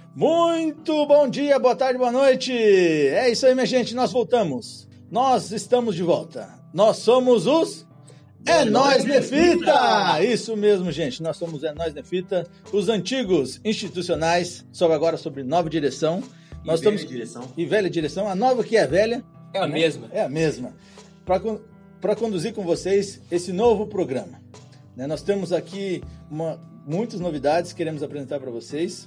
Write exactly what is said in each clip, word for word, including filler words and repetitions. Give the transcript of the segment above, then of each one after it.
Muito bom dia, boa tarde, boa noite. É isso aí, minha gente, nós voltamos. Nós estamos de volta. Nós somos os É Nóis Nefita! Isso mesmo, gente. Nós somos É Nóis Nefita, os antigos institucionais, sobre agora sobre nova direção. E Nós velha estamos... direção. E velha direção. A nova que é velha. É a né? mesma. É a mesma. Para conduzir com vocês esse novo programa. Né? Nós temos aqui uma, muitas novidades que queremos apresentar para vocês.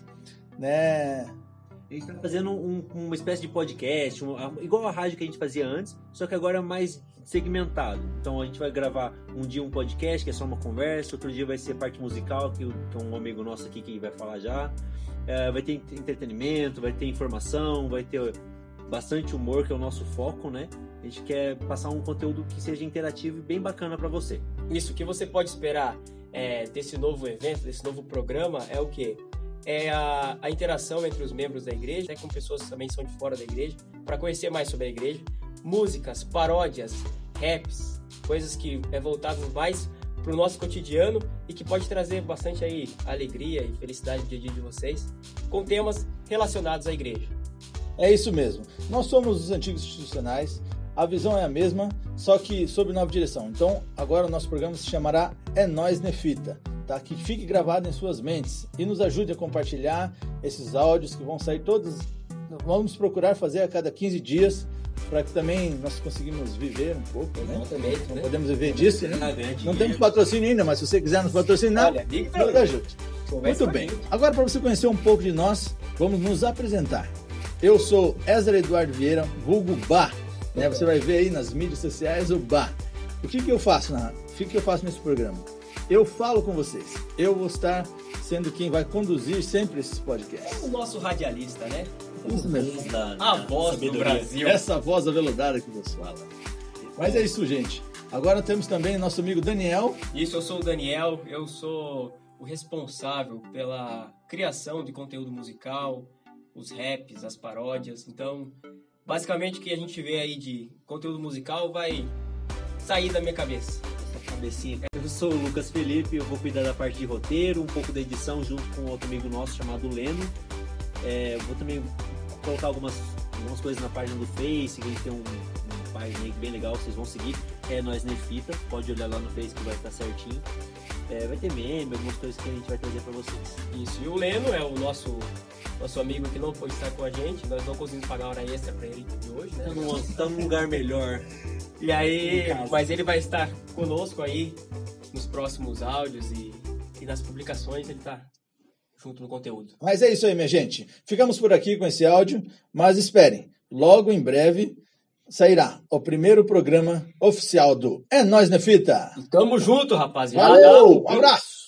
Né? A gente está fazendo um, uma espécie de podcast, um, igual a rádio que a gente fazia antes, só que agora é mais segmentado. Então a gente vai gravar um dia um podcast, que é só uma conversa, outro dia vai ser parte musical, que, que é um amigo nosso aqui que vai falar já. É, vai ter entretenimento, vai ter informação, vai ter bastante humor, que é o nosso foco, né? A gente quer passar um conteúdo que seja interativo e bem bacana para você. Isso, o que você pode esperar é, desse novo evento, desse novo programa, é o quê? É a, a interação entre os membros da igreja, né, com pessoas que também são de fora da igreja, para conhecer mais sobre a igreja. Músicas, paródias, raps, coisas que é voltado mais para o nosso cotidiano e que pode trazer bastante aí alegria e felicidade no dia a dia de vocês, com temas relacionados à igreja. É isso mesmo. Nós somos os antigos institucionais, a visão é a mesma, só que sob nova direção. Então, agora o nosso programa se chamará É Nóis Nefita. Tá? Que fique gravado em suas mentes e nos ajude a compartilhar esses áudios que vão sair todos. Vamos procurar fazer a cada quinze dias para que também nós conseguimos viver um pouco, né? Exatamente, Não né? podemos viver disso, né? Ah, Não temos patrocínio ainda, mas se você quiser nos patrocinar, Olha, ligue pra nos mim. ajude. Conversa Muito com a bem. gente. Agora, para você conhecer um pouco de nós, vamos nos apresentar. Eu sou Ezra Eduardo Vieira, vulgo Bá. Né? Você vai ver aí nas mídias sociais o Bá. O que, que eu faço, na... o que, que eu faço nesse programa? Eu falo com vocês. Eu vou estar sendo quem vai conduzir sempre esses podcasts. O nosso radialista, né? Isso mesmo. Da, A da voz do sabedoria. Brasil. Essa voz aveludada que vos fala. Mas é isso, gente. Agora temos também nosso amigo Daniel. Isso, eu sou o Daniel, eu sou o responsável pela criação de conteúdo musical, os raps, as paródias. Então, basicamente o que a gente vê aí de conteúdo musical vai sair da minha cabeça. Cabecinha. Eu sou o Lucas Felipe, eu vou cuidar da parte de roteiro, um pouco da edição junto com outro amigo nosso chamado Leno. É, vou também colocar algumas, algumas coisas na página do Face, que a gente tem um, uma página aí bem legal, vocês vão seguir. É Nóis Nefita, pode olhar lá no Face que vai estar certinho. É, vai ter meme, algumas coisas que a gente vai trazer para vocês. Isso, e o Leno é o nosso, nosso amigo que não pôde estar com a gente, nós não conseguimos pagar hora extra para ele de hoje, né? Estamos num lugar melhor. E aí, mas ele vai estar conosco aí nos próximos áudios e, e nas publicações, ele tá junto no conteúdo. Mas é isso aí, minha gente. Ficamos por aqui com esse áudio, mas esperem. Logo em breve sairá o primeiro programa oficial do É Nóis Nefita. Tamo junto, rapaziada. Valeu, um abraço.